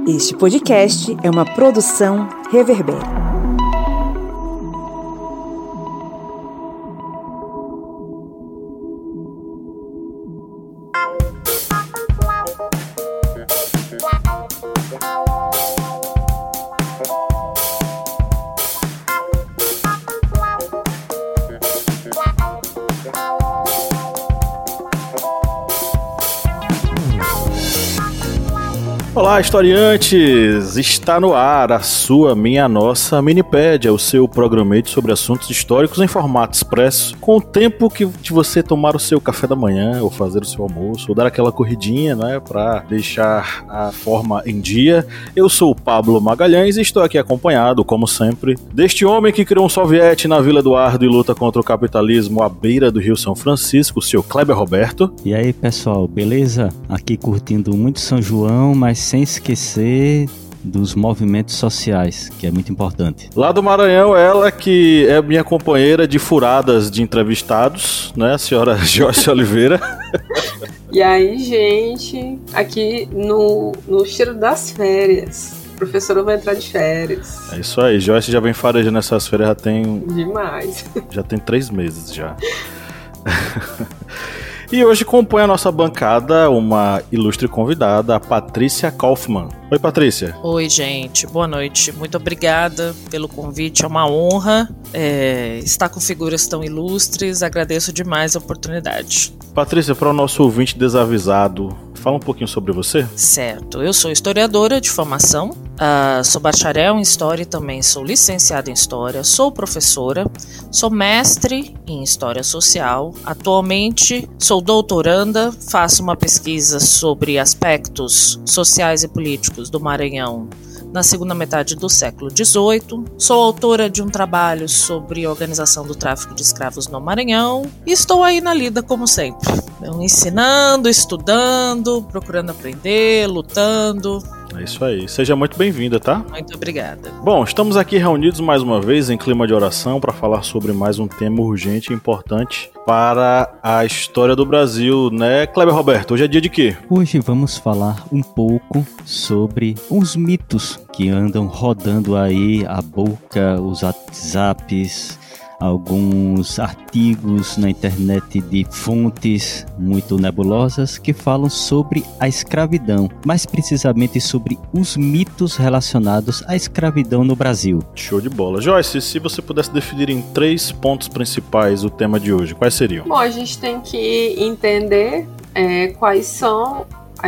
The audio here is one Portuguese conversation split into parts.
Este podcast é uma produção Reverber. Olá, historiantes! Está no ar a sua, minha, nossa Minipédia, o seu programete sobre assuntos históricos em formato expresso, com o tempo de você tomar o seu café da manhã, ou fazer o seu almoço, ou dar aquela corridinha, né, para deixar a forma em dia. Eu sou o Pablo Magalhães e estou aqui acompanhado, como sempre, deste homem que criou um soviete na Vila Eduardo e luta contra o capitalismo à beira do Rio São Francisco, o seu Kleber Roberto. E aí, pessoal, beleza? Aqui curtindo muito São João, mas sem esquecer dos movimentos sociais, que é muito importante. Lá do Maranhão, ela que é minha companheira de furadas de entrevistados, né, a senhora Joyce Oliveira. E aí, gente, aqui no cheiro das férias. O professor vai entrar de férias. É isso aí, Joyce já vem farejando essas férias, já tem... Demais. Já tem 3 meses já. E hoje compõe a nossa bancada uma ilustre convidada, a Patrícia Kaufmann. Oi, Patrícia. Oi, gente. Boa noite. Muito obrigada pelo convite. É uma honra estar com figuras tão ilustres. Agradeço demais a oportunidade. Patrícia, para o nosso ouvinte desavisado, fala um pouquinho sobre você. Certo. Eu sou historiadora de formação. Sou bacharel em História e também sou licenciada em História. Sou professora. Sou mestre em História Social. Atualmente sou doutoranda. Faço uma pesquisa sobre aspectos sociais e políticos do Maranhão na segunda metade do século XVIII. Sou autora de um trabalho sobre organização do tráfico de escravos no Maranhão e estou aí na lida como sempre, ensinando, estudando, procurando aprender, lutando. É isso aí. Seja muito bem-vinda, tá? Muito obrigada. Bom, estamos aqui reunidos mais uma vez em clima de oração para falar sobre mais um tema urgente e importante para a história do Brasil, né, Kleber Roberto? Hoje é dia de quê? Hoje vamos falar um pouco sobre os mitos que andam rodando aí a boca, os WhatsApps, alguns artigos na internet de fontes muito nebulosas que falam sobre a escravidão, mais precisamente sobre os mitos relacionados à escravidão no Brasil. Show de bola. Joyce, se você pudesse definir em 3 pontos principais o tema de hoje, quais seriam? Bom, a gente tem que entender quais são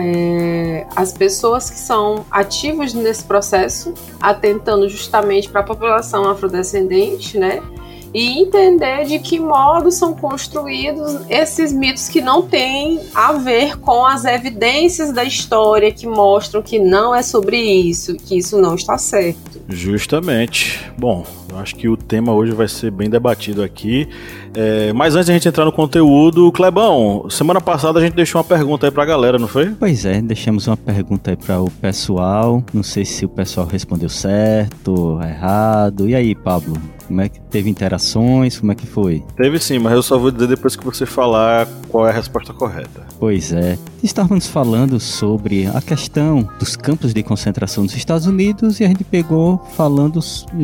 as pessoas que são ativas nesse processo, atentando justamente para a população afrodescendente, né? E entender de que modo são construídos esses mitos que não têm a ver com as evidências da história que mostram que não é sobre isso, que isso não está certo. Justamente. Bom, eu acho que o tema hoje vai ser bem debatido aqui. Mas antes de a gente entrar no conteúdo, Clebão, semana passada a gente deixou uma pergunta aí pra galera, não foi? Pois é, deixamos uma pergunta aí para o pessoal. Não sei se o pessoal respondeu certo, errado. E aí, Pablo? Como é que teve interações? Como é que foi? Teve sim, mas eu só vou dizer depois que você falar qual é a resposta correta. Pois é. Estávamos falando sobre a questão dos campos de concentração nos Estados Unidos e a gente pegou falando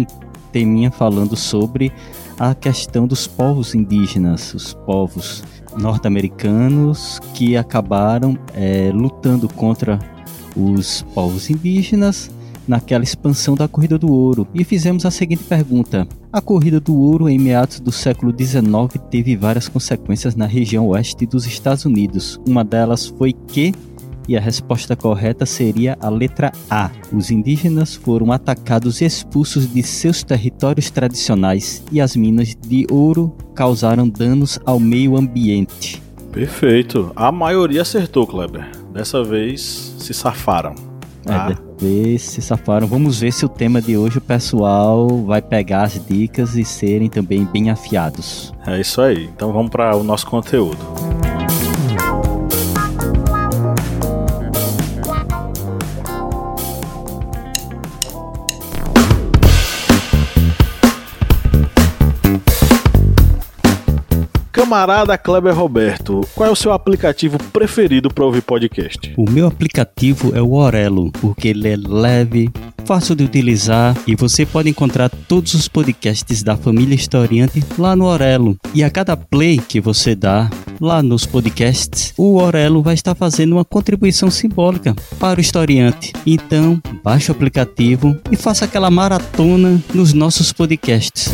sobre a questão dos povos indígenas, os povos norte-americanos que acabaram lutando contra os povos indígenas naquela expansão da Corrida do Ouro. E fizemos a seguinte pergunta: a Corrida do Ouro em meados do século XIX teve várias consequências na região oeste dos Estados Unidos. Uma delas foi que, e a resposta correta seria a letra A, os indígenas foram atacados e expulsos de seus territórios tradicionais e as minas de ouro causaram danos ao meio ambiente. Perfeito. A maioria acertou, Kleber. Dessa vez se safaram. Dessa vez se safaram. Vamos ver se o tema de hoje o pessoal vai pegar as dicas e serem também bem afiados. É isso aí. Então vamos para o nosso conteúdo. Camarada Kleber Roberto, qual é o seu aplicativo preferido para ouvir podcast? O meu aplicativo é o Orelo, porque ele é leve, fácil de utilizar e você pode encontrar todos os podcasts da família Historiante lá no Orelo. E a cada play que você dá lá nos podcasts, o Orelo vai estar fazendo uma contribuição simbólica para o historiante. Então, baixe o aplicativo e faça aquela maratona nos nossos podcasts.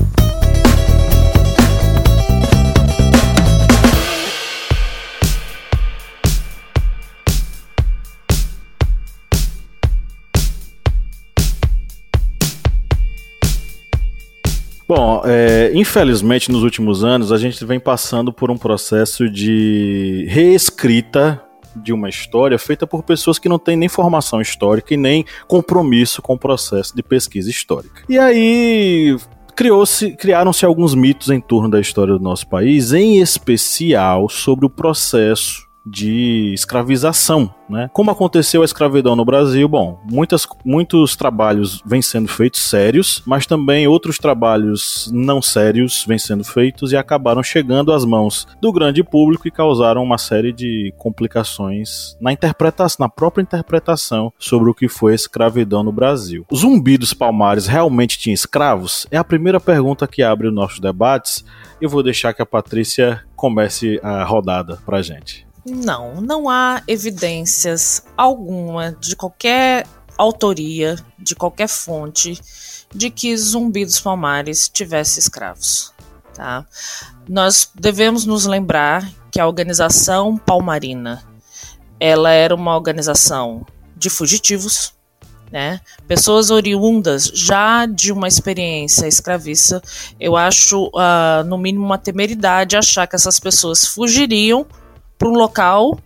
Bom, infelizmente nos últimos anos a gente vem passando por um processo de reescrita de uma história feita por pessoas que não têm nem formação histórica e nem compromisso com o processo de pesquisa histórica. E aí criaram-se alguns mitos em torno da história do nosso país, em especial sobre o processo de escravização, né? Como aconteceu a escravidão no Brasil? Bom, muitos trabalhos vêm sendo feitos sérios, mas também outros trabalhos não sérios vêm sendo feitos e acabaram chegando às mãos do grande público e causaram uma série de complicações na própria interpretação sobre o que foi a escravidão no Brasil. Zumbi dos Palmares realmente tinha escravos? É a primeira pergunta que abre os nossos debates. Eu vou deixar que a Patrícia comece a rodada pra gente. Não há evidências alguma de qualquer autoria, de qualquer fonte, de que Zumbi dos Palmares tivesse escravos. Tá? Nós devemos nos lembrar que a organização palmarina, ela era uma organização de fugitivos, né? Pessoas oriundas já de uma experiência escravista. Eu acho, no mínimo, uma temeridade achar que essas pessoas fugiriam para um local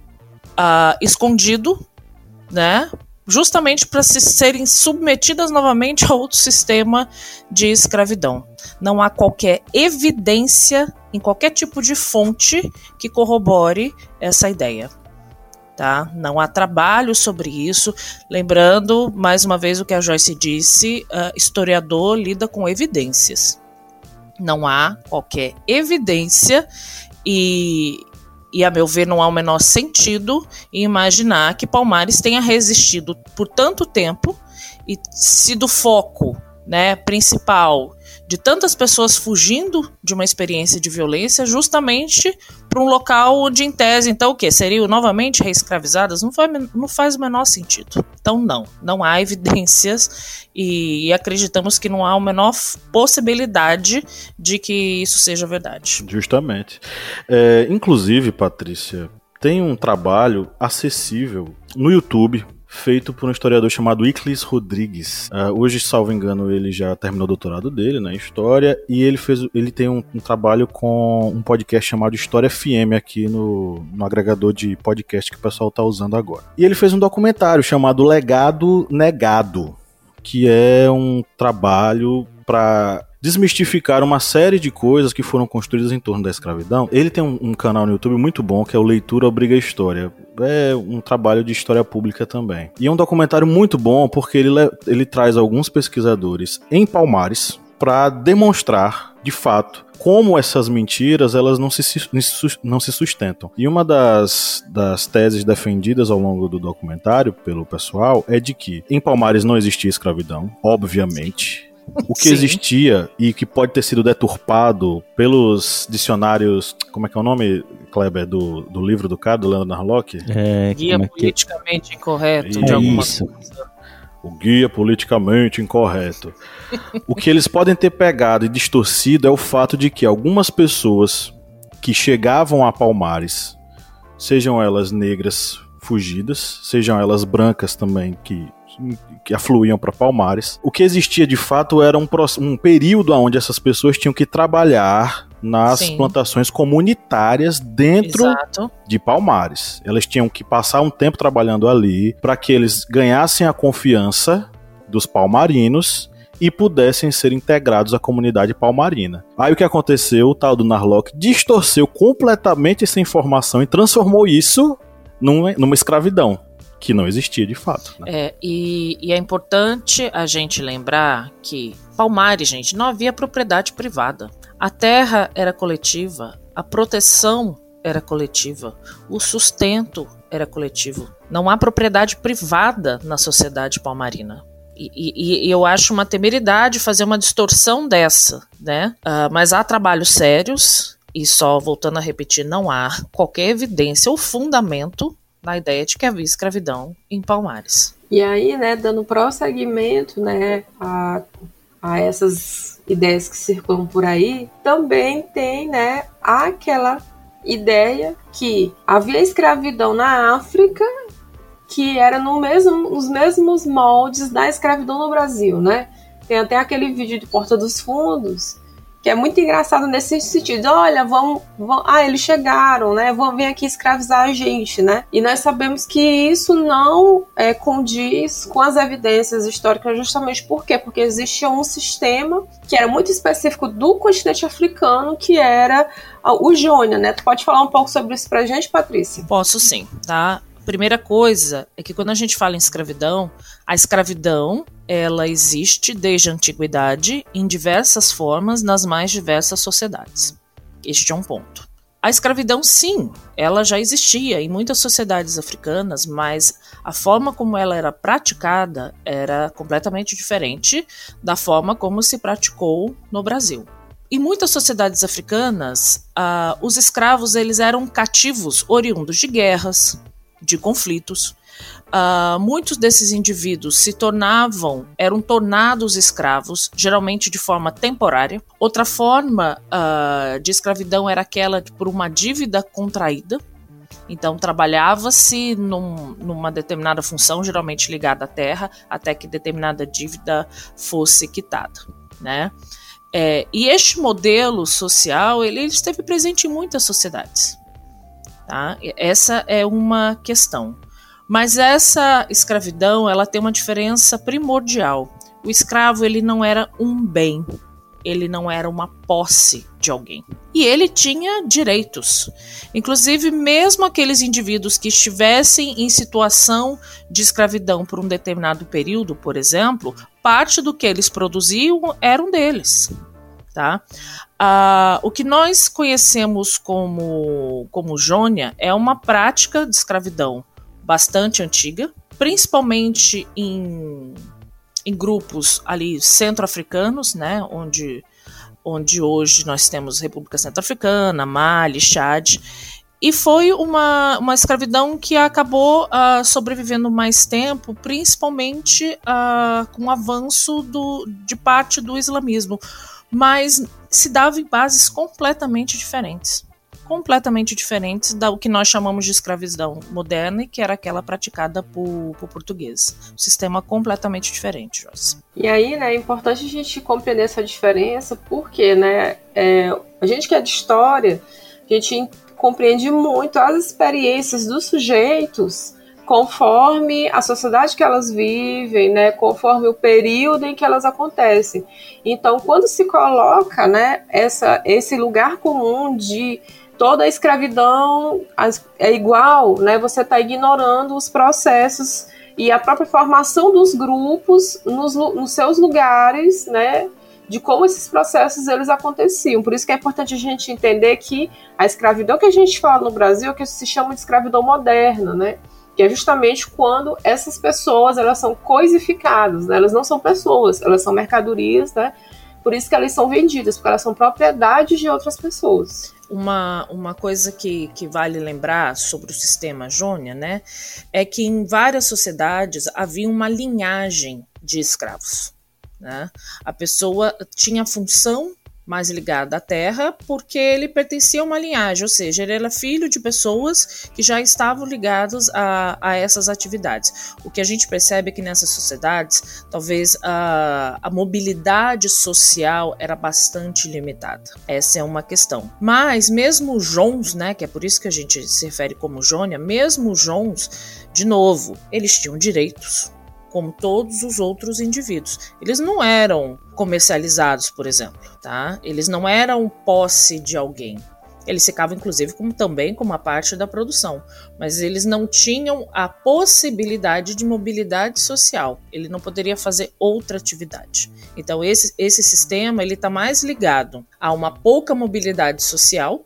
escondido, né? Justamente para serem submetidas novamente a outro sistema de escravidão. Não há qualquer evidência em qualquer tipo de fonte que corrobore essa ideia. Tá? Não há trabalho sobre isso. Lembrando, mais uma vez, o que a Joyce disse, historiador lida com evidências. Não há qualquer evidência e, a meu ver, não há o menor sentido em imaginar que Palmares tenha resistido por tanto tempo e sido foco, né, principal de tantas pessoas fugindo de uma experiência de violência justamente para um local onde, em tese, então, o quê? Seriam novamente reescravizadas? Não faz o menor sentido. Então, não há evidências e acreditamos que não há a menor possibilidade de que isso seja verdade. Justamente. Inclusive, Patrícia, tem um trabalho acessível no YouTube feito por um historiador chamado Iclis Rodrigues. Hoje, salvo engano, ele já terminou o doutorado dele, né, em História, e ele tem um trabalho com um podcast chamado História FM aqui no agregador de podcast que o pessoal está usando agora. E ele fez um documentário chamado Legado Negado, que é um trabalho para desmistificar uma série de coisas que foram construídas em torno da escravidão. Ele tem um canal no YouTube muito bom, que é o Leitura Obriga História. É um trabalho de história pública também. E é um documentário muito bom porque ele traz alguns pesquisadores em Palmares para demonstrar, de fato, como essas mentiras elas não se sustentam. E uma das teses defendidas ao longo do documentário pelo pessoal é de que em Palmares não existia escravidão, obviamente. O que existia e que pode ter sido deturpado pelos dicionários, como é que é o nome, Kleber, do livro do cara, do Leandro Narlock? Guia politicamente incorreto de alguma coisa. O guia politicamente incorreto. O que eles podem ter pegado e distorcido é o fato de que algumas pessoas que chegavam a Palmares, sejam elas negras fugidas, sejam elas brancas também que afluíam para Palmares. O que existia de fato era um período onde essas pessoas tinham que trabalhar nas plantações comunitárias dentro de Palmares. Elas tinham que passar um tempo trabalhando ali para que eles ganhassem a confiança dos palmarinos e pudessem ser integrados à comunidade palmarina. Aí o que aconteceu? O tal do Narlock distorceu completamente essa informação e transformou isso numa escravidão que não existia de fato. Né? E é importante a gente lembrar que Palmares, gente, não havia propriedade privada. A terra era coletiva, a proteção era coletiva, o sustento era coletivo. Não há propriedade privada na sociedade palmarina. E eu acho uma temeridade fazer uma distorção dessa, né? Mas há trabalhos sérios, e só voltando a repetir, não há qualquer evidência ou fundamento na ideia de que havia escravidão em Palmares. E aí, né, dando prosseguimento, né, a essas ideias que circulam por aí, também tem, né, aquela ideia que havia escravidão na África que era nos mesmos moldes da escravidão no Brasil, né? Tem até aquele vídeo de Porta dos Fundos que é muito engraçado nesse sentido. Olha, eles chegaram, né? Vão vir aqui escravizar a gente, né? E nós sabemos que isso não condiz com as evidências históricas, justamente por quê? Porque existia um sistema que era muito específico do continente africano, que era o Jônia, né? Tu pode falar um pouco sobre isso pra gente, Patrícia? Posso sim, tá? Primeira coisa é que quando a gente fala em escravidão, a escravidão ela existe desde a antiguidade em diversas formas nas mais diversas sociedades. Este é um ponto. A escravidão, sim, ela já existia em muitas sociedades africanas, mas a forma como ela era praticada era completamente diferente da forma como se praticou no Brasil. Em muitas sociedades africanas, os escravos eles eram cativos oriundos de guerras, de conflitos. Muitos desses indivíduos eram tornados escravos, geralmente de forma temporária. Outra forma de escravidão era aquela por uma dívida contraída. Então trabalhava-se numa determinada função, geralmente ligada à terra, até que determinada dívida fosse quitada, né? E este modelo social ele esteve presente em muitas sociedades. Tá? Essa é uma questão. Mas essa escravidão ela tem uma diferença primordial. O escravo ele não era um bem, ele não era uma posse de alguém. E ele tinha direitos. Inclusive, mesmo aqueles indivíduos que estivessem em situação de escravidão por um determinado período, por exemplo, parte do que eles produziam eram deles. Tá? O que nós conhecemos como Jônia é uma prática de escravidão bastante antiga, principalmente em grupos ali centro-africanos, né, onde hoje nós temos República Centro-Africana, Mali, Chad, e foi uma escravidão que acabou sobrevivendo mais tempo, principalmente com o avanço de parte do islamismo, mas se dava em bases completamente diferentes do que nós chamamos de escravidão moderna, que era aquela praticada por portugueses. Um sistema completamente diferente, Joyce. E aí, né, é importante a gente compreender essa diferença, porque, né, a gente que é de história, a gente compreende muito as experiências dos sujeitos conforme a sociedade que elas vivem, né, conforme o período em que elas acontecem. Então, quando se coloca, né, esse lugar comum de toda a escravidão é igual, né, você está ignorando os processos e a própria formação dos grupos nos seus lugares, né, de como esses processos eles aconteciam. Por isso que é importante a gente entender que a escravidão que a gente fala no Brasil é o que se chama de escravidão moderna, né, que é justamente quando essas pessoas elas são coisificadas, né? Elas não são pessoas, elas são mercadorias, né? Por isso que elas são vendidas, porque elas são propriedades de outras pessoas. Uma coisa que vale lembrar sobre o sistema Jônia, né, é que em várias sociedades havia uma linhagem de escravos, né? A pessoa tinha função mais ligada à terra, porque ele pertencia a uma linhagem, ou seja, ele era filho de pessoas que já estavam ligadas a essas atividades. O que a gente percebe é que nessas sociedades, talvez a mobilidade social era bastante limitada. Essa é uma questão. Mas mesmo os Jons, né, que é por isso que a gente se refere como Jônia, mesmo os Jons, de novo, eles tinham direitos, como todos os outros indivíduos. Eles não eram comercializados, por exemplo, tá? Eles não eram posse de alguém. Eles ficavam, inclusive, também como uma parte da produção, mas eles não tinham a possibilidade de mobilidade social. Ele não poderia fazer outra atividade. Então, esse sistema ele está mais ligado a uma pouca mobilidade social,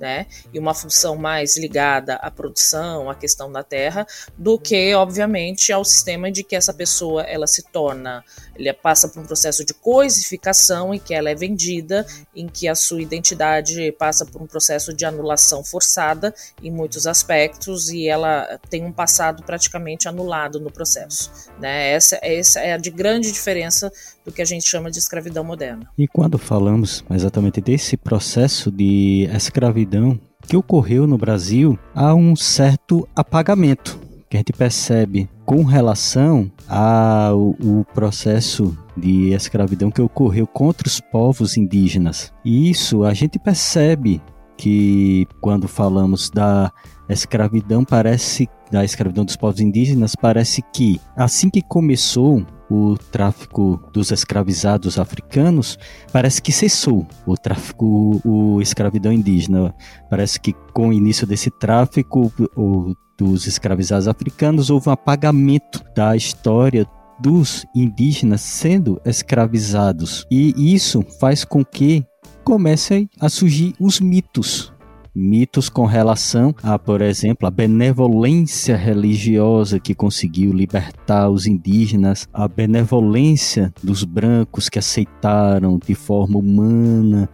né, e uma função mais ligada à produção, à questão da terra, do que, obviamente, ao sistema de que essa pessoa ela passa por um processo de coisificação e que ela é vendida, em que a sua identidade passa por um processo de anulação forçada em muitos aspectos e ela tem um passado praticamente anulado no processo, né? Essa é a de grande diferença do que a gente chama de escravidão moderna. E quando falamos exatamente desse processo de escravidão que ocorreu no Brasil, há um certo apagamento que a gente percebe com relação ao processo de escravidão que ocorreu contra os povos indígenas. E isso a gente percebe que quando falamos da escravidão dos povos indígenas, parece que assim que começou o tráfico dos escravizados africanos, parece que cessou a escravidão indígena. Parece que com o início desse tráfico dos escravizados africanos, houve um apagamento da história dos indígenas sendo escravizados. E isso faz com que comecem a surgir os mitos com relação a, por exemplo, a benevolência religiosa que conseguiu libertar os indígenas, a benevolência dos brancos que aceitaram de forma humana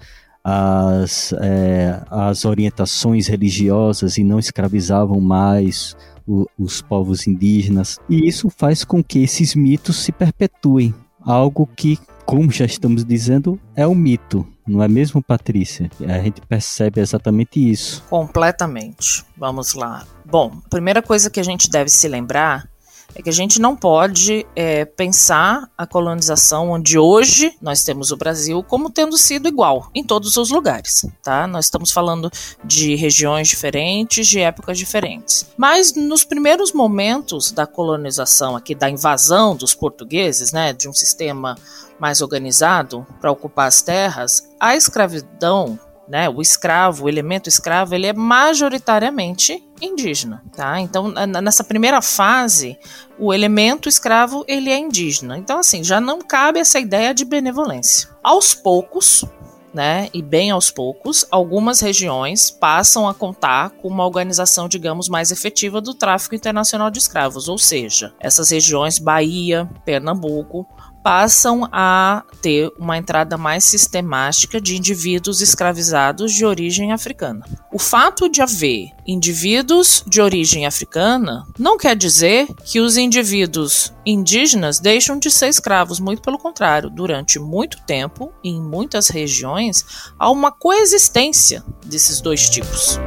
as orientações religiosas e não escravizavam mais os povos indígenas. E isso faz com que esses mitos se perpetuem. Algo que, como já estamos dizendo, é um mito. Não é mesmo, Patrícia? A gente percebe exatamente isso. Completamente. Vamos lá. Bom, a primeira coisa que a gente deve se lembrar é que a gente não pode pensar a colonização onde hoje nós temos o Brasil como tendo sido igual em todos os lugares, tá? Nós estamos falando de regiões diferentes, de épocas diferentes. Mas nos primeiros momentos da colonização aqui, da invasão dos portugueses, né, de um sistema mais organizado para ocupar as terras, a escravidão, né, o elemento escravo, ele é majoritariamente indígena, tá? Então, nessa primeira fase, o elemento escravo, ele é indígena. Então, assim, já não cabe essa ideia de benevolência. Aos poucos, né, e bem aos poucos, algumas regiões passam a contar com uma organização, digamos, mais efetiva do tráfico internacional de escravos, ou seja, essas regiões, Bahia, Pernambuco, passam a ter uma entrada mais sistemática de indivíduos escravizados de origem africana. O fato de haver indivíduos de origem africana não quer dizer que os indivíduos indígenas deixam de ser escravos, muito pelo contrário. Durante muito tempo, em muitas regiões, há uma coexistência desses dois tipos.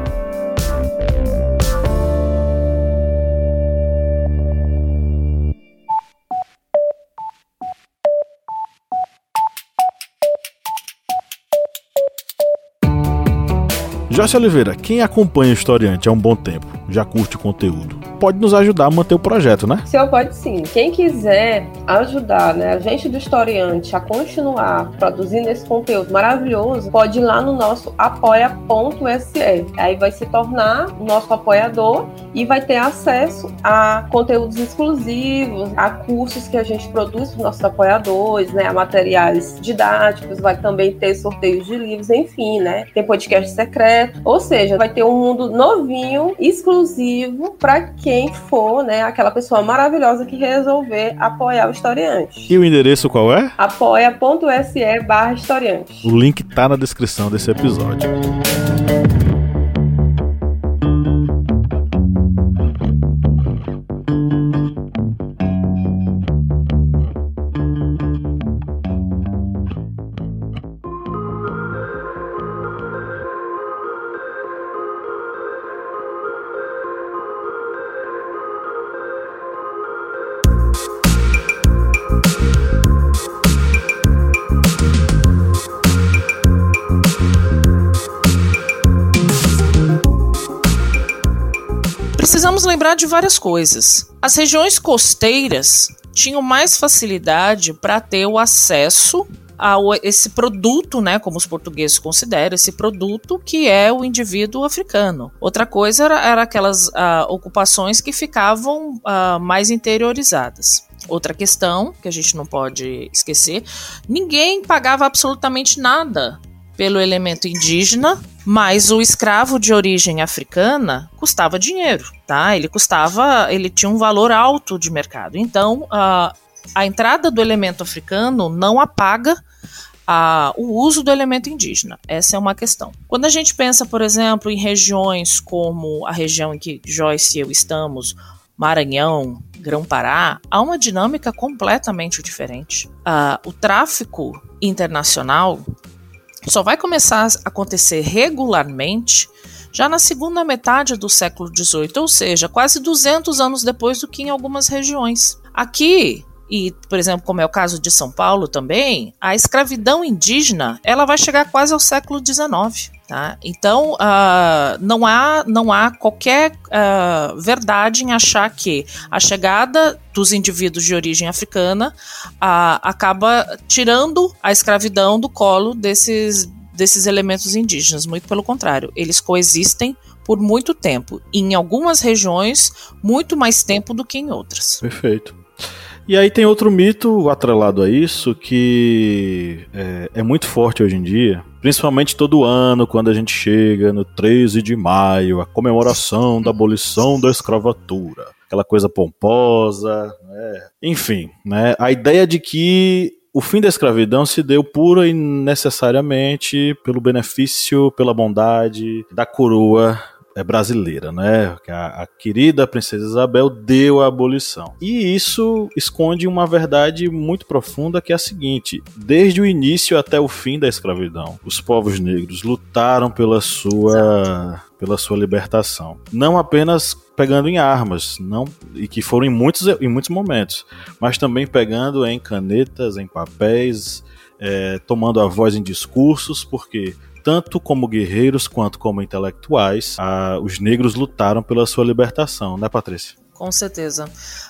Joyce Oliveira, quem acompanha o Historiante há um bom tempo, já curte o conteúdo, pode nos ajudar a manter o projeto, né? Senhor, pode sim. Quem quiser ajudar, né, a gente do Historiante a continuar produzindo esse conteúdo maravilhoso, pode ir lá no nosso apoia.se. Aí vai se tornar o nosso apoiador e vai ter acesso a conteúdos exclusivos, a cursos que a gente produz para os nossos apoiadores, né, a materiais didáticos, vai também ter sorteios de livros, enfim, né? Tem podcast secreto. Ou seja, vai ter um mundo novinho, exclusivo, para quem for, né, aquela pessoa maravilhosa que resolver apoiar o Historiante. E o endereço qual é? apoia.se/historiante. O link tá na descrição desse episódio. Precisamos lembrar de várias coisas. As regiões costeiras tinham mais facilidade para ter o acesso a esse produto, né, como os portugueses consideram, esse produto que é o indivíduo africano. Outra coisa era aquelas ocupações que ficavam mais interiorizadas. Outra questão que a gente não pode esquecer, ninguém pagava absolutamente nada pelo elemento indígena, mas o escravo de origem africana custava dinheiro, tá? Ele tinha um valor alto de mercado. Então, a entrada do elemento africano não apaga o uso do elemento indígena. Essa é uma questão. Quando a gente pensa, por exemplo, em regiões como a região em que Joyce e eu estamos, Maranhão, Grão-Pará, há uma dinâmica completamente diferente. O tráfico internacional só vai começar a acontecer regularmente já na segunda metade do século XVIII, ou seja, quase 200 anos depois do que em algumas regiões. Aqui, e, por exemplo, como é o caso de São Paulo também, a escravidão indígena ela vai chegar quase ao século XIX. Tá? Então, não há qualquer verdade em achar que a chegada dos indivíduos de origem africana acaba tirando a escravidão do colo desses elementos indígenas. Muito pelo contrário, eles coexistem por muito tempo. E em algumas regiões, muito mais tempo do que em outras. Perfeito. E aí tem outro mito atrelado a isso que é muito forte hoje em dia, principalmente todo ano, quando a gente chega no 13 de maio, a comemoração da abolição da escravatura. Aquela coisa pomposa, né? Enfim, né? A ideia de que o fim da escravidão se deu pura e necessariamente pelo benefício, pela bondade da coroa brasileira, né? A querida princesa Isabel deu a abolição. E isso esconde uma verdade muito profunda, que é a seguinte: desde o início até o fim da escravidão, os povos negros lutaram pela sua libertação. Não apenas pegando em armas, e que foram em muitos momentos, mas também pegando em canetas, em papéis, tomando a voz em discursos, porque tanto como guerreiros quanto como intelectuais, os negros lutaram pela sua libertação, né, Patrícia? Com certeza.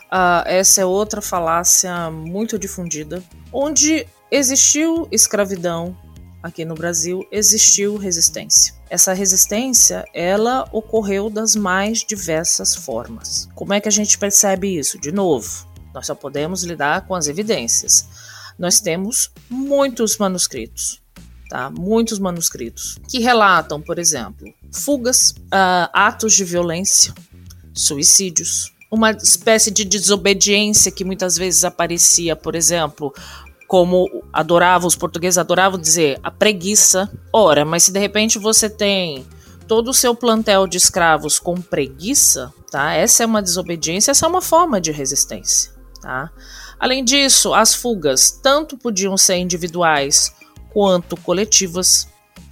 Essa é outra falácia muito difundida. Onde existiu escravidão aqui no Brasil, existiu resistência. Essa resistência, ela ocorreu das mais diversas formas. Como é que a gente percebe isso? De novo, nós só podemos lidar com as evidências. Nós temos muitos manuscritos. Tá? Muitos manuscritos que relatam, por exemplo, fugas, atos de violência, suicídios, uma espécie de desobediência que muitas vezes aparecia, por exemplo, como os portugueses adoravam dizer, a preguiça. Ora, mas se de repente você tem todo o seu plantel de escravos com preguiça, tá? Essa é uma desobediência, essa é uma forma de resistência. Tá? Além disso, as fugas tanto podiam ser individuais quanto coletivas,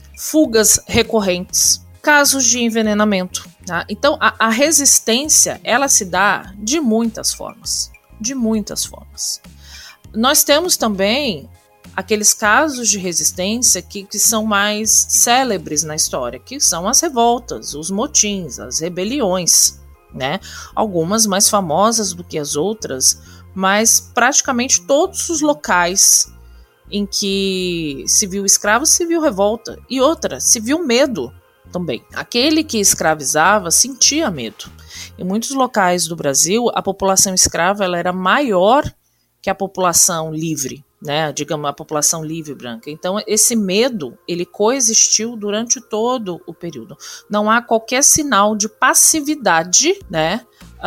fugas recorrentes, casos de envenenamento. Tá? Então, a resistência, ela se dá de muitas formas. De muitas formas. Nós temos também aqueles casos de resistência que são mais célebres na história, que são as revoltas, os motins, as rebeliões, né? Algumas mais famosas do que as outras, mas praticamente todos os locais em que se viu escravo, se viu revolta. E outra, se viu medo também. Aquele que escravizava sentia medo. Em muitos locais do Brasil, a população escrava ela era maior que a população livre, né? Digamos, a população livre branca. Então, esse medo, ele coexistiu durante todo o período. Não há qualquer sinal de passividade, né?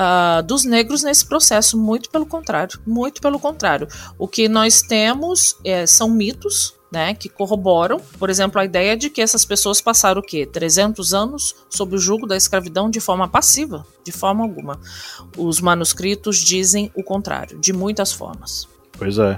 Dos negros nesse processo, muito pelo contrário. O que nós temos são mitos, né, que corroboram, por exemplo, a ideia de que essas pessoas passaram o quê? 300 anos sob o jugo da escravidão de forma passiva? De forma alguma. Os manuscritos dizem o contrário, de muitas formas. Pois é.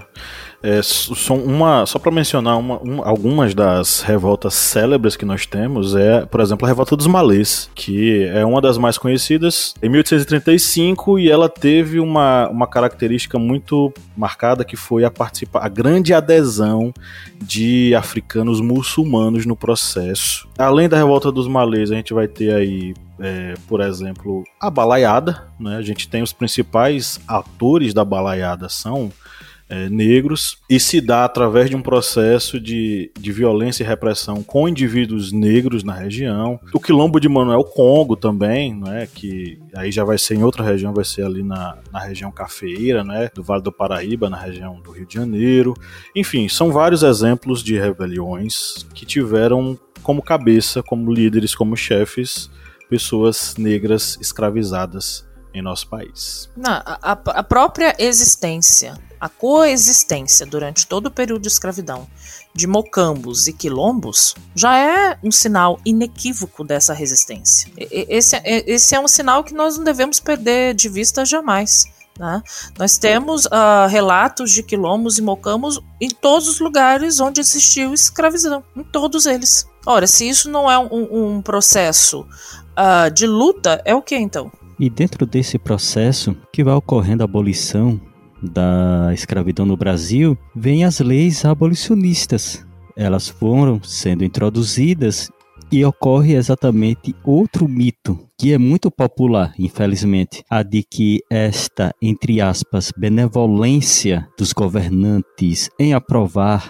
Só para mencionar algumas das revoltas célebres que nós temos, por exemplo, a Revolta dos Malês, que é uma das mais conhecidas, em 1835, e ela teve uma característica muito marcada, que foi a grande adesão de africanos muçulmanos no processo. Além da Revolta dos Malês, a gente vai ter aí, por exemplo, a Balaiada, né? A gente tem os principais atores da Balaiada são negros, e se dá através de um processo de violência e repressão com indivíduos negros na região. O Quilombo de Manuel Congo também, né, que aí já vai ser em outra região, vai ser ali na região cafeeira, né, do Vale do Paraíba, na região do Rio de Janeiro. Enfim, são vários exemplos de rebeliões que tiveram como cabeça, como líderes, como chefes, pessoas negras escravizadas em nosso país. A própria existência, a coexistência durante todo o período de escravidão de mocambos e quilombos já é um sinal inequívoco dessa resistência. Esse é um sinal que nós não devemos perder de vista jamais. Né? Nós temos relatos de quilombos e mocambos em todos os lugares onde existiu escravidão, em todos eles. Ora, se isso não é um processo de luta, é o que então? E dentro desse processo que vai ocorrendo a abolição da escravidão no Brasil, vem as leis abolicionistas. Elas foram sendo introduzidas e ocorre exatamente outro mito, que é muito popular, infelizmente, a de que esta, entre aspas, benevolência dos governantes em aprovar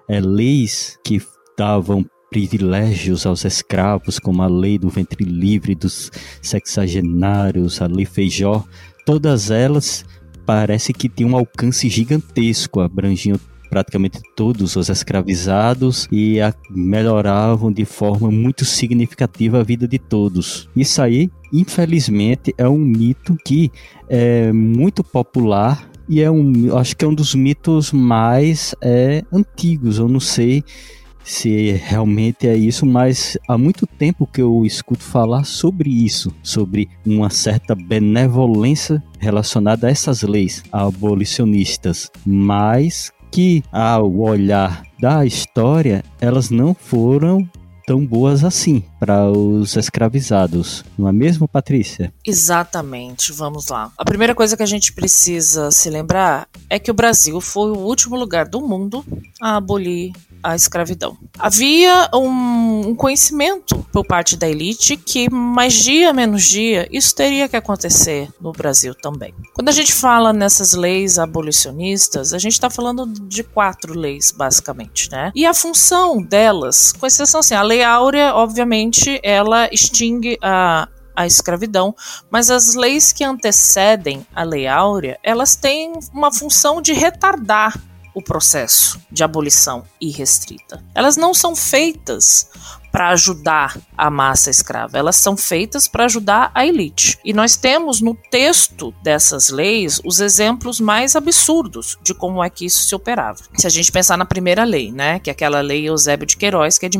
leis que davam privilégios aos escravos, como a lei do ventre livre dos sexagenários, a lei Feijó, todas elas parece que tinham um alcance gigantesco, abrangiam praticamente todos os escravizados e melhoravam de forma muito significativa a vida de todos. Isso aí, infelizmente, é um mito que é muito popular e acho que é um dos mitos mais antigos. Eu não sei se realmente é isso, mas há muito tempo que eu escuto falar sobre isso, sobre uma certa benevolência relacionada a essas leis abolicionistas, mas que ao olhar da história, elas não foram tão boas assim para os escravizados. Não é mesmo, Patrícia? Exatamente, vamos lá. A primeira coisa que a gente precisa se lembrar é que o Brasil foi o último lugar do mundo a abolir a escravidão. Havia um conhecimento por parte da elite que mais dia menos dia isso teria que acontecer no Brasil também. Quando a gente fala nessas leis abolicionistas, a gente está falando de 4 leis basicamente, né? E a função delas, com exceção assim, a Lei Áurea, obviamente, ela extingue a escravidão, mas as leis que antecedem a Lei Áurea, elas têm uma função de retardar o processo de abolição irrestrita. Elas não são feitas para ajudar a massa escrava, elas são feitas para ajudar a elite. E nós temos no texto dessas leis os exemplos mais absurdos de como é que isso se operava. Se a gente pensar na primeira lei, né, que é aquela lei Eusébio de Queiroz, que é de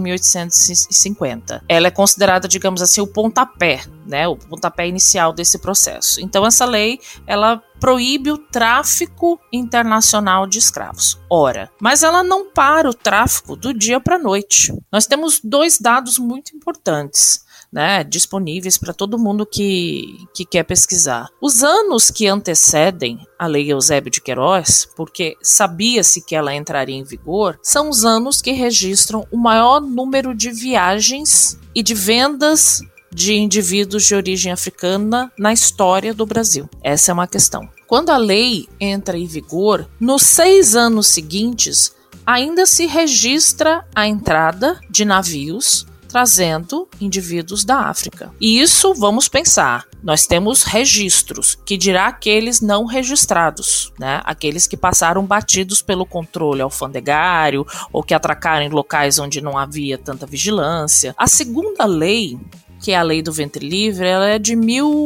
1850. Ela é considerada, digamos assim, o pontapé, né, o pontapé inicial desse processo. Então essa lei, ela proíbe o tráfico internacional de escravos. Ora, mas ela não para o tráfico do dia para a noite. Nós temos 2 dados muito importantes, né, disponíveis para todo mundo que quer pesquisar. Os anos que antecedem a Lei Eusébio de Queiroz, porque sabia-se que ela entraria em vigor, são os anos que registram o maior número de viagens e de vendas de indivíduos de origem africana na história do Brasil. Essa é uma questão. Quando a lei entra em vigor, nos 6 anos seguintes, ainda se registra a entrada de navios trazendo indivíduos da África. E isso, vamos pensar, nós temos registros, que dirá aqueles não registrados, né? Aqueles que passaram batidos pelo controle alfandegário ou que atracaram em locais onde não havia tanta vigilância. A segunda lei, que é a Lei do Ventre Livre, ela é de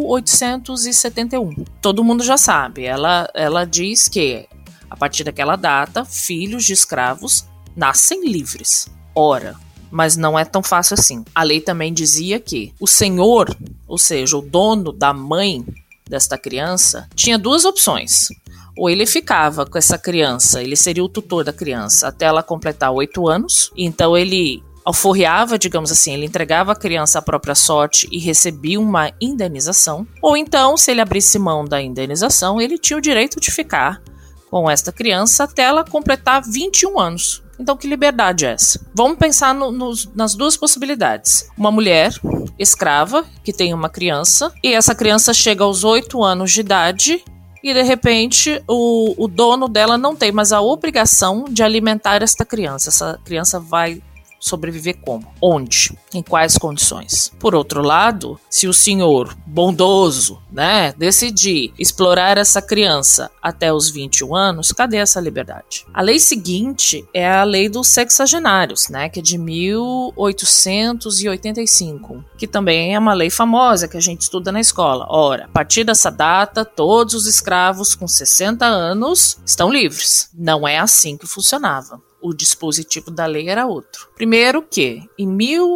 1871. Todo mundo já sabe, ela diz que, a partir daquela data, filhos de escravos nascem livres. Ora, mas não é tão fácil assim. A lei também dizia que o senhor, ou seja, o dono da mãe desta criança, tinha 2 opções. Ou ele ficava com essa criança, ele seria o tutor da criança até ela completar 8 anos, então ele alforriava, digamos assim, ele entregava a criança à própria sorte e recebia uma indenização, ou então, se ele abrisse mão da indenização, ele tinha o direito de ficar com esta criança até ela completar 21 anos. Então, que liberdade é essa? Vamos pensar nas 2 possibilidades. Uma mulher escrava que tem uma criança e essa criança chega aos 8 anos de idade e de repente o dono dela não tem mais a obrigação de alimentar esta criança. Essa criança vai sobreviver como? Onde? Em quais condições? Por outro lado, se o senhor bondoso, né, decidir explorar essa criança até os 21 anos, cadê essa liberdade? A lei seguinte é a lei dos sexagenários, né, que é de 1885, que também é uma lei famosa que a gente estuda na escola. Ora, a partir dessa data, todos os escravos com 60 anos estão livres. Não é assim que funcionava. O dispositivo da lei era outro. Primeiro que, em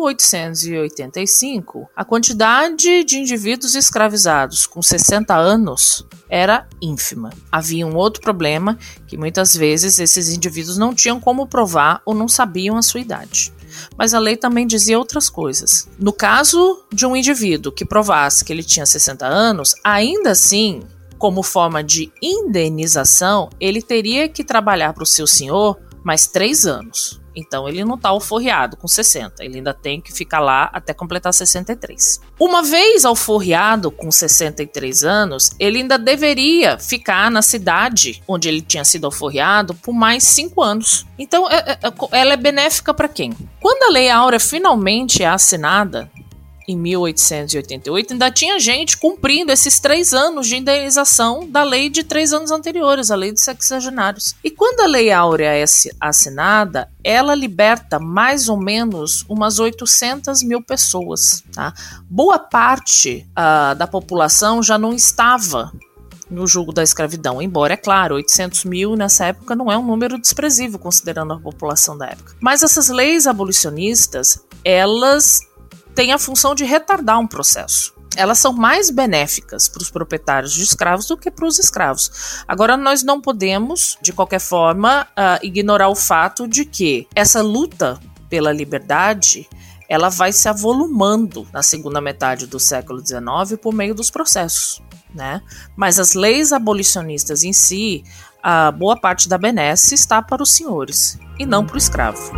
1885, a quantidade de indivíduos escravizados com 60 anos era ínfima. Havia um outro problema, que muitas vezes esses indivíduos não tinham como provar ou não sabiam a sua idade. Mas a lei também dizia outras coisas. No caso de um indivíduo que provasse que ele tinha 60 anos, ainda assim, como forma de indenização, ele teria que trabalhar para o seu senhor mais 3 anos. Então ele não está alforriado com 60, ele ainda tem que ficar lá até completar 63. Uma vez alforriado com 63 anos, ele ainda deveria ficar na cidade onde ele tinha sido alforriado por mais 5 anos. Então ela é benéfica para quem? Quando a Lei Áurea finalmente é assinada, em 1888, ainda tinha gente cumprindo esses 3 anos de indenização da lei de 3 anos anteriores, a lei dos sexagenários. E quando a Lei Áurea é assinada, ela liberta mais ou menos umas 800 mil pessoas. Tá? Boa parte da população já não estava no jugo da escravidão, embora, é claro, 800 mil nessa época não é um número desprezível, considerando a população da época. Mas essas leis abolicionistas, elas têm a função de retardar um processo. Elas são mais benéficas para os proprietários de escravos do que para os escravos. Agora, nós não podemos, de qualquer forma, ignorar o fato de que essa luta pela liberdade, ela vai se avolumando na segunda metade do século XIX por meio dos processos, né? Mas as leis abolicionistas em si, a boa parte da benesse está para os senhores e não para o escravo.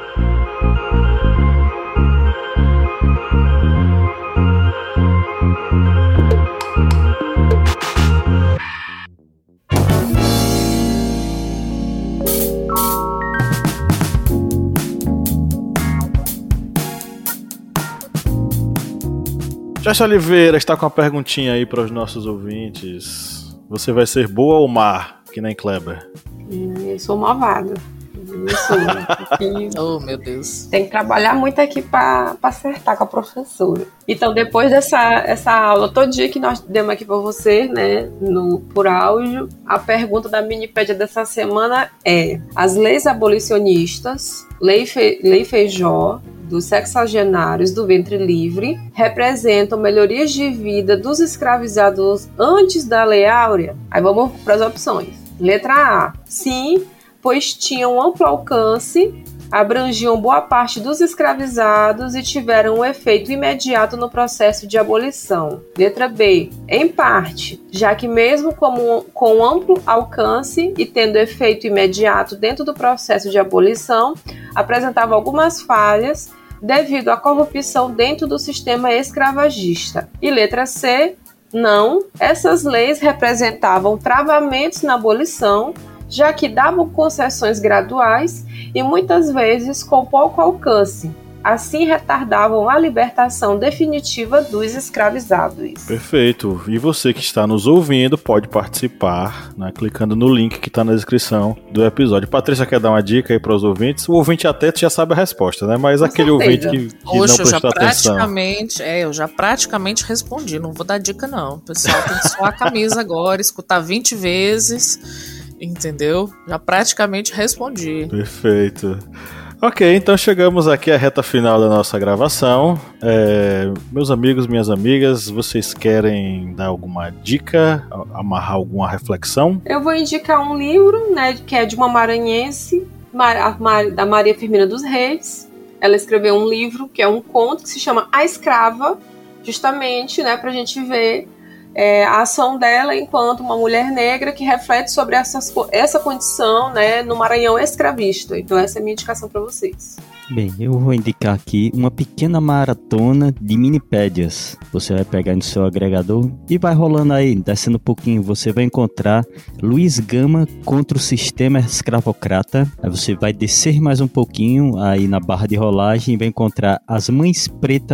Joyce Oliveira está com uma perguntinha aí para os nossos ouvintes. Você vai ser boa ou má, que nem Kleber? Eu sou malvada. Oh, meu Deus. Tem que trabalhar muito aqui para acertar com a professora. Então, depois dessa aula todo dia que nós demos aqui para você, né, por áudio, a pergunta da Minipédia dessa semana é: as leis abolicionistas, Lei Feijó, dos sexagenários do ventre livre, representam melhorias de vida dos escravizados antes da Lei Áurea? Aí vamos para as opções. Letra A: sim, pois tinham amplo alcance, abrangiam boa parte dos escravizados e tiveram um efeito imediato no processo de abolição. Letra B: em parte, já que mesmo com amplo alcance e tendo efeito imediato dentro do processo de abolição, apresentava algumas falhas devido à corrupção dentro do sistema escravagista. E letra C: não, essas leis representavam travamentos na abolição, já que davam concessões graduais e muitas vezes com pouco alcance. Assim retardavam a libertação definitiva dos escravizados. Perfeito. E você que está nos ouvindo pode participar, né, clicando no link que está na descrição do episódio. Patrícia quer dar uma dica aí para os ouvintes? O ouvinte até já sabe a resposta, né? Mas aquele ouvinte que não prestou atenção. Eu já praticamente respondi. Não vou dar dica, não. O pessoal tem que suar a camisa agora, escutar 20 vezes, entendeu? Já praticamente respondi. Perfeito. Ok, então chegamos aqui à reta final da nossa gravação. Meus amigos, minhas amigas, vocês querem dar alguma dica, amarrar alguma reflexão? Eu vou indicar um livro, né, que é de uma maranhense, da Maria Firmina dos Reis. Ela escreveu um livro que é um conto que se chama A Escrava, justamente, né, pra gente ver a ação dela enquanto uma mulher negra que reflete sobre essa condição, né, no Maranhão escravista. Então essa é a minha indicação para vocês. Bem, eu vou indicar aqui uma pequena maratona de minipédias. Você vai pegar no seu agregador e vai rolando aí, descendo um pouquinho, você vai encontrar Luiz Gama contra o sistema escravocrata. Aí você vai descer mais um pouquinho aí na barra de rolagem e vai encontrar as mães pretas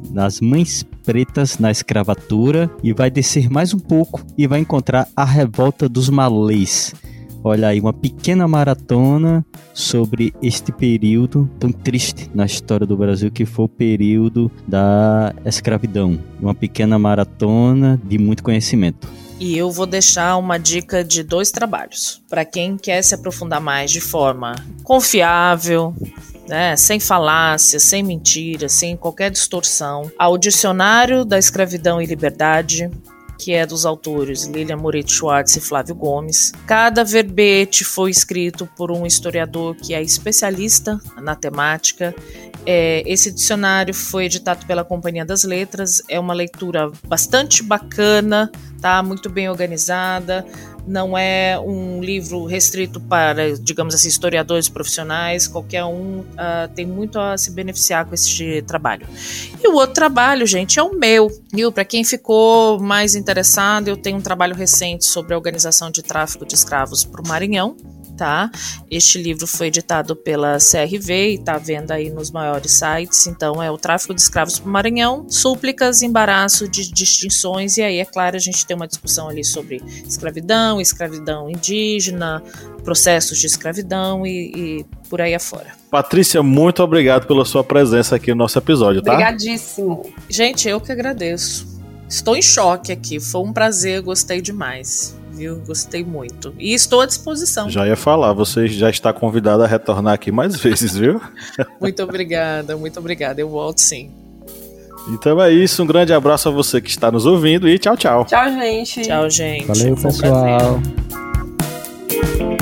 na escravatura, e vai descer mais um pouco e vai encontrar a revolta dos malês. Olha aí, uma pequena maratona sobre este período tão triste na história do Brasil, que foi o período da escravidão. Uma pequena maratona de muito conhecimento. E eu vou deixar uma dica de 2 trabalhos. Para quem quer se aprofundar mais de forma confiável, né, sem falácia, sem mentira, sem qualquer distorção, ao Dicionário da Escravidão e Liberdade, que é dos autores Lilian Moretti Schwartz e Flávio Gomes. Cada verbete foi escrito por um historiador que é especialista na temática. Esse dicionário foi editado pela Companhia das Letras, é uma leitura bastante bacana, tá? Muito bem organizada, não é um livro restrito para, digamos assim, historiadores profissionais, qualquer um tem muito a se beneficiar com este trabalho. E o outro trabalho, gente, é o meu, viu? Para quem ficou mais interessado, eu tenho um trabalho recente sobre a organização de tráfico de escravos para o Maranhão. Tá? Este livro foi editado pela CRV e está à venda aí nos maiores sites. Então é o Tráfico de Escravos para o Maranhão, súplicas, embaraço de distinções, e aí é claro a gente tem uma discussão ali sobre escravidão, escravidão indígena, processos de escravidão e por aí afora. Patrícia, muito obrigado pela sua presença aqui no nosso episódio, tá? Obrigadíssimo. Gente, eu que agradeço. Estou em choque aqui, foi um prazer, gostei demais. Viu? Gostei muito. E estou à disposição. Já ia falar, você já está convidada a retornar aqui mais vezes, viu? Muito obrigada. Eu volto sim. Então é isso, um grande abraço a você que está nos ouvindo e tchau, tchau. Tchau, gente. Tchau, gente. Valeu, Foi um pessoal. prazer.